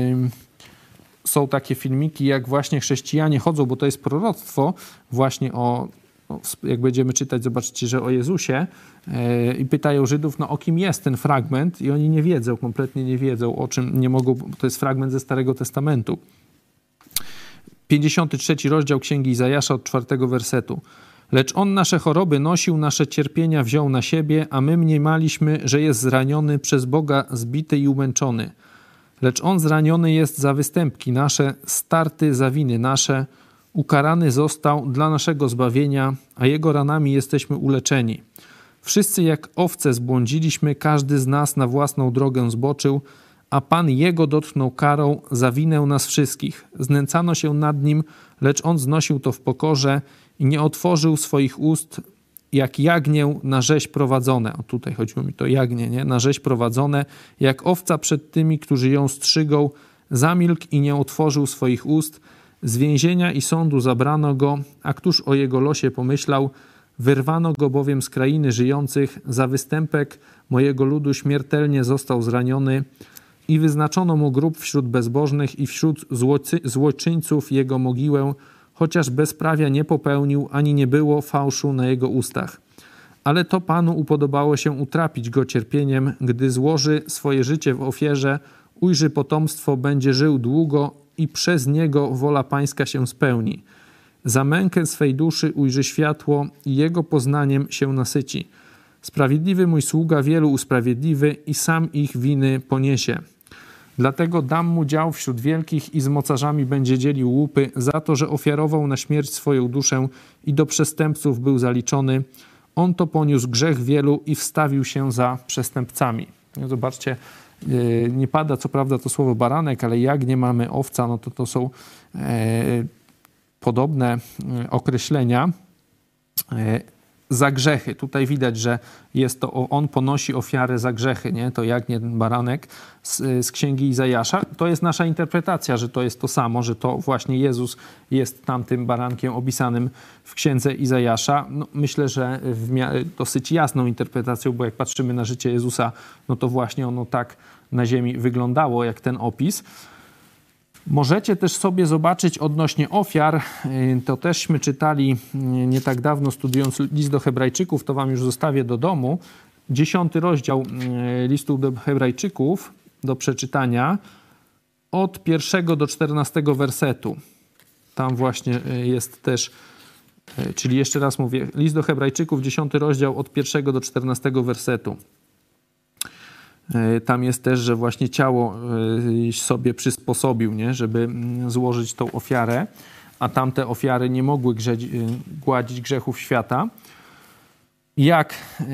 są takie filmiki, jak właśnie chrześcijanie chodzą, bo to jest proroctwo właśnie o, o jak będziemy czytać, zobaczycie, że o Jezusie, yy, i pytają Żydów, no o kim jest ten fragment, i oni nie wiedzą, kompletnie nie wiedzą, o czym, nie mogą, to jest fragment ze Starego Testamentu. pięćdziesiąty trzeci rozdział Księgi Izajasza od czwartego wersetu. Lecz on nasze choroby nosił, nasze cierpienia wziął na siebie, a my mniemaliśmy, że jest zraniony, przez Boga zbity i umęczony. Lecz on zraniony jest za występki nasze, starty za winy nasze, ukarany został dla naszego zbawienia, a jego ranami jesteśmy uleczeni. Wszyscy jak owce zbłądziliśmy, każdy z nas na własną drogę zboczył, a Pan Jego dotknął karą za winę nas wszystkich. Znęcano się nad Nim, lecz On znosił to w pokorze i nie otworzył swoich ust, jak jagnię na rzeź prowadzone. O, tutaj chodziło mi to jagnię, nie? Na rzeź prowadzone, jak owca przed tymi, którzy ją strzygą, zamilkł i nie otworzył swoich ust. Z więzienia i sądu zabrano go, a któż o jego losie pomyślał? Wyrwano go bowiem z krainy żyjących, za występek mojego ludu śmiertelnie został zraniony i wyznaczono mu grób wśród bezbożnych i wśród złocy, złoczyńców jego mogiłę, chociaż bezprawia nie popełnił, ani nie było fałszu na jego ustach. Ale to Panu upodobało się utrapić go cierpieniem, gdy złoży swoje życie w ofierze, ujrzy potomstwo, będzie żył długo i przez niego wola Pańska się spełni. Za mękę swej duszy ujrzy światło i jego poznaniem się nasyci. Sprawiedliwy mój sługa wielu usprawiedliwy i sam ich winy poniesie. Dlatego dam mu dział wśród wielkich i z mocarzami będzie dzielił łupy za to, że ofiarował na śmierć swoją duszę i do przestępców był zaliczony. On to poniósł grzech wielu i wstawił się za przestępcami. Zobaczcie, nie pada co prawda to słowo baranek, ale jak nie mamy owca, no to to są e, podobne określenia. E, za grzechy. Tutaj widać, że jest to, on ponosi ofiarę za grzechy, nie? To jak nie baranek z, z księgi Izajasza. To jest nasza interpretacja, że to jest to samo, że to właśnie Jezus jest tamtym barankiem opisanym w księdze Izajasza. No, myślę, że w miarę dosyć jasną interpretacją, bo jak patrzymy na życie Jezusa, no to właśnie ono tak na ziemi wyglądało, jak ten opis. Możecie też sobie zobaczyć odnośnie ofiar, to teżśmy czytali nie tak dawno, studiując list do Hebrajczyków, to wam już zostawię do domu. Dziesiąty rozdział listu do Hebrajczyków do przeczytania od pierwszego do czternastego wersetu. Tam właśnie jest też, czyli jeszcze raz mówię, list do Hebrajczyków, dziesiąty rozdział od pierwszego do czternastego wersetu. Tam jest też, że właśnie ciało sobie przysposobił, nie? Żeby złożyć tą ofiarę, a tamte ofiary nie mogły grzeć, gładzić grzechów świata. Jak,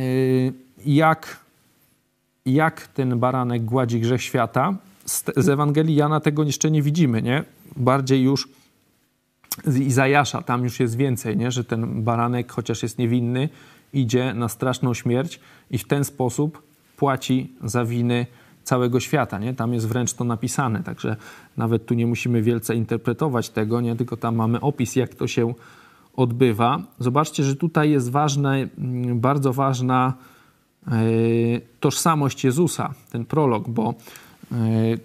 jak, jak ten baranek gładzi grzech świata? Z, z Ewangelii Jana tego jeszcze nie widzimy, nie? Bardziej już z Izajasza, tam już jest więcej, nie? Że ten baranek, chociaż jest niewinny, idzie na straszną śmierć i w ten sposób płaci za winy całego świata, nie? Tam jest wręcz to napisane, także nawet tu nie musimy wielce interpretować tego, nie? Tylko tam mamy opis, jak to się odbywa. Zobaczcie, że tutaj jest ważna, bardzo ważna yy, tożsamość Jezusa, ten prolog, bo yy,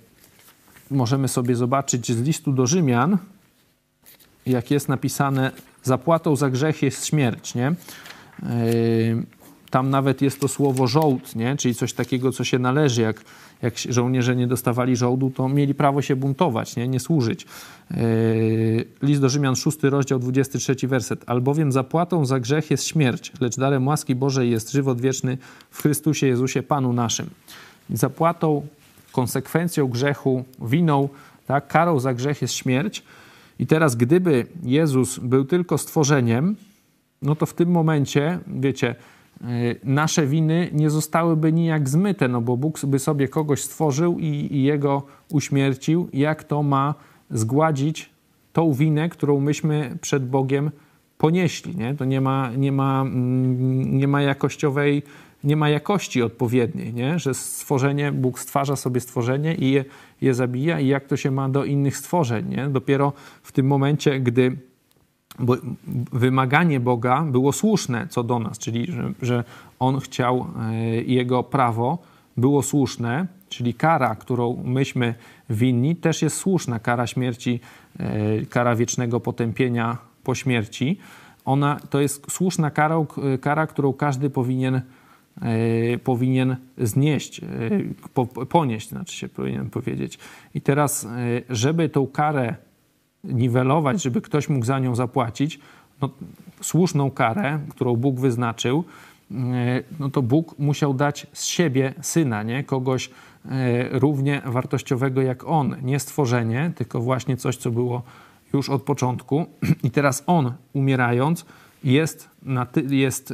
możemy sobie zobaczyć z listu do Rzymian, jak jest napisane, zapłatą za grzech jest śmierć, nie? Yy, Tam nawet jest to słowo żołd, nie? Czyli coś takiego, co się należy. Jak, jak żołnierze nie dostawali żołdu, to mieli prawo się buntować, nie, nie służyć. Yy, List do Rzymian, szósty rozdział, dwudziesty trzeci werset. Albowiem zapłatą za grzech jest śmierć, lecz darem łaski Bożej jest żywot wieczny w Chrystusie Jezusie Panu naszym. Zapłatą, konsekwencją grzechu, winą, tak, karą za grzech jest śmierć. I teraz, gdyby Jezus był tylko stworzeniem, no to w tym momencie, wiecie, nasze winy nie zostałyby nijak zmyte, no bo Bóg by sobie kogoś stworzył i, i jego uśmiercił. Jak to ma zgładzić tą winę, którą myśmy przed Bogiem ponieśli, nie? To nie ma, nie ma, nie ma jakościowej, nie ma jakości odpowiedniej, nie? Że stworzenie, Bóg stwarza sobie stworzenie i je, je zabija i jak to się ma do innych stworzeń, nie? Dopiero w tym momencie, gdy bo wymaganie Boga było słuszne co do nas, czyli że, że On chciał, Jego prawo było słuszne, czyli kara, którą myśmy winni, też jest słuszna. Kara śmierci, kara wiecznego potępienia po śmierci. Ona to jest słuszna kara, kara którą każdy powinien, powinien znieść, ponieść, znaczy się powinien powiedzieć. I teraz, żeby tą karę niwelować, żeby ktoś mógł za nią zapłacić, no, słuszną karę, którą Bóg wyznaczył, no to Bóg musiał dać z siebie Syna, nie? Kogoś równie wartościowego jak On. Nie stworzenie, tylko właśnie coś, co było już od początku. I teraz On, umierając, jest, na ty, jest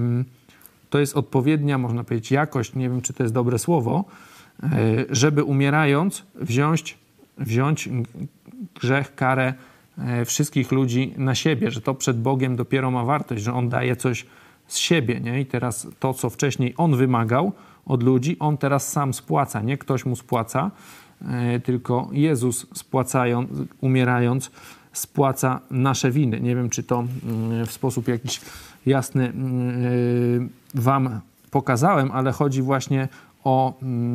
to jest odpowiednia, można powiedzieć, jakość, nie wiem, czy to jest dobre słowo, żeby umierając wziąć, wziąć grzech, karę wszystkich ludzi na siebie, że to przed Bogiem dopiero ma wartość, że On daje coś z siebie, nie? I teraz to, co wcześniej On wymagał od ludzi, On teraz sam spłaca, nie ktoś mu spłaca, tylko Jezus spłacając, umierając, spłaca nasze winy. Nie wiem, czy to w sposób jakiś jasny wam pokazałem, ale chodzi właśnie o,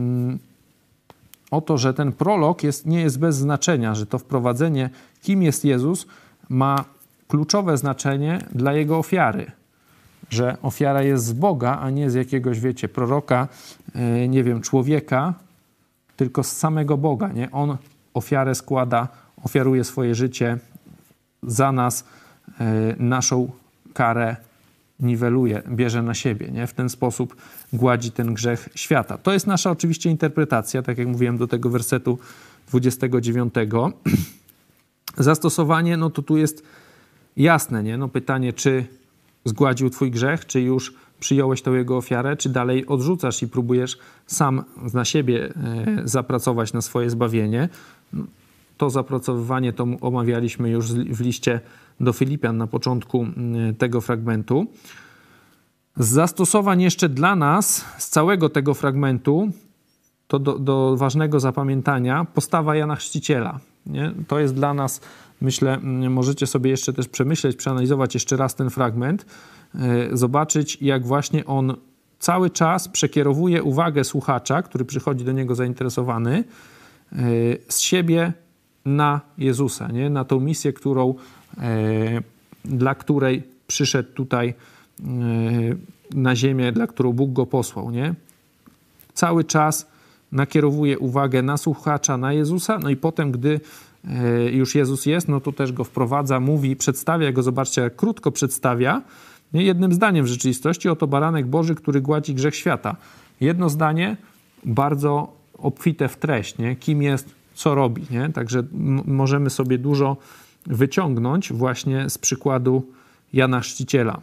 o to, że ten prolog jest, nie jest bez znaczenia, że to wprowadzenie, kim jest Jezus, ma kluczowe znaczenie dla Jego ofiary. Że ofiara jest z Boga, a nie z jakiegoś, wiecie, proroka, nie wiem, człowieka, tylko z samego Boga, nie? On ofiarę składa, ofiaruje swoje życie za nas, naszą karę niweluje, bierze na siebie, nie? W ten sposób gładzi ten grzech świata. To jest nasza oczywiście interpretacja, tak jak mówiłem, do tego wersetu dwudziestego dziewiątego. Zastosowanie, no to tu jest jasne, nie? No pytanie, czy zgładził twój grzech, czy już przyjąłeś tą jego ofiarę, czy dalej odrzucasz i próbujesz sam na siebie zapracować na swoje zbawienie. To zapracowywanie to omawialiśmy już w liście do Filipian na początku tego fragmentu. Z zastosowań jeszcze dla nas, z całego tego fragmentu, to do, do ważnego zapamiętania, postawa Jana Chrzciciela. Nie? To jest dla nas, myślę, możecie sobie jeszcze też przemyśleć, przeanalizować jeszcze raz ten fragment, zobaczyć, jak właśnie on cały czas przekierowuje uwagę słuchacza, który przychodzi do niego zainteresowany, z siebie na Jezusa, nie? Na tą misję, którą, dla której przyszedł tutaj na ziemię, dla którą Bóg go posłał. Nie? Cały czas nakierowuje uwagę na słuchacza, na Jezusa, no i potem, gdy już Jezus jest, no to też go wprowadza, mówi, przedstawia go, zobaczcie, jak krótko przedstawia, nie? Jednym zdaniem w rzeczywistości, oto baranek Boży, który gładzi grzech świata. Jedno zdanie, bardzo obfite w treść, nie? Kim jest, co robi. Nie? Także m- możemy sobie dużo wyciągnąć właśnie z przykładu Jana Chrzciciela.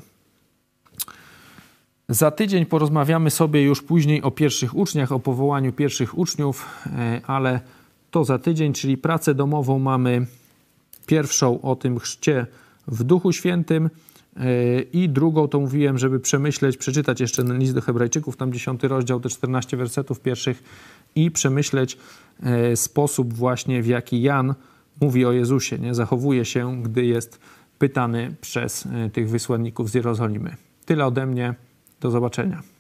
Za tydzień porozmawiamy sobie już później o pierwszych uczniach, o powołaniu pierwszych uczniów, ale to za tydzień, czyli pracę domową mamy pierwszą o tym chrzcie w Duchu Świętym i drugą to mówiłem, żeby przemyśleć, przeczytać jeszcze list do Hebrajczyków, tam dziesiąty rozdział, te czternaście wersetów pierwszych i przemyśleć sposób właśnie, w jaki Jan mówi o Jezusie, nie? Zachowuje się, gdy jest pytany przez tych wysłanników z Jerozolimy. Tyle ode mnie. Do zobaczenia.